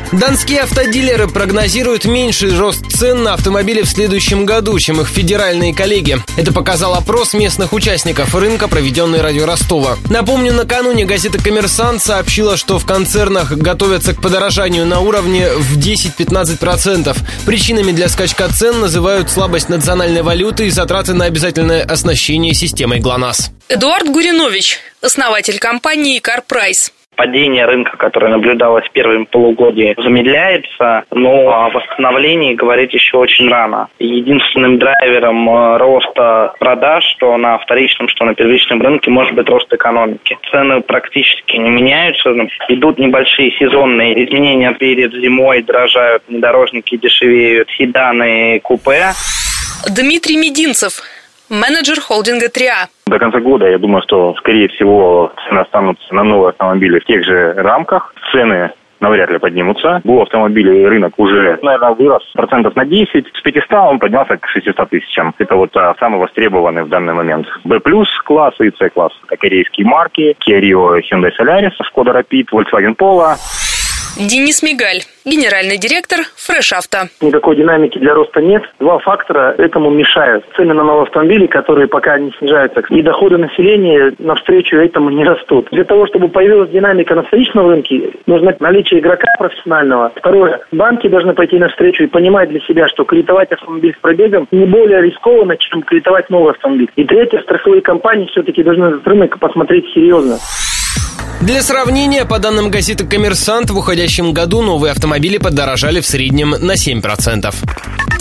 Донские автодилеры прогнозируют меньший рост цен на автомобили в следующем году, чем их федеральные коллеги. Это показал опрос местных участников рынка, проведенный Радио Ростова. Напомню, накануне газета «Коммерсант» сообщила, что в концернах готовятся к подорожанию на уровне в 10-15%. Причинами для скачка цен называют слабость национальной валюты и затраты на обязательное оснащение системой ГЛОНАСС. Эдуард Гуринович, основатель компании CarPrice. Падение рынка, которое наблюдалось в первом полугодии, замедляется, но о восстановлении говорить еще очень рано. Единственным драйвером роста продаж, что на вторичном, что на первичном рынке, может быть рост экономики. Цены практически не меняются, идут небольшие сезонные изменения. Перед зимой дорожают внедорожники, дешевеют седаны, купе. Дмитрий Мединцев, менеджер холдинга «Триа». До конца года, я думаю, что, скорее всего, цены останутся на новые автомобили в тех же рамках. Цены навряд ли поднимутся. Был автомобилей рынок уже, наверное, вырос процентов на 10. С 500 он поднялся к 600 тысячам. Это вот самый востребованный в данный момент. B+, класс и C класс. Это корейские марки. Kia Rio, Hyundai Solaris, Skoda Rapid, Volkswagen Polo. Денис Мигаль, генеральный директор Fresh Auto. Никакой динамики для роста нет. Два фактора этому мешают. Цены на новые автомобили, которые пока не снижаются, и доходы населения навстречу этому не растут. Для того, чтобы появилась динамика на вторичном рынке, нужно наличие игрока профессионального. Второе. Банки должны пойти навстречу и понимать для себя, что кредитовать автомобиль с пробегом не более рискованно, чем кредитовать новый автомобиль. И третье. Страховые компании все-таки должны этот рынок посмотреть серьезно. Для сравнения, по данным газеты «Коммерсант», в уходящем году новые автомобили подорожали в среднем на 7%.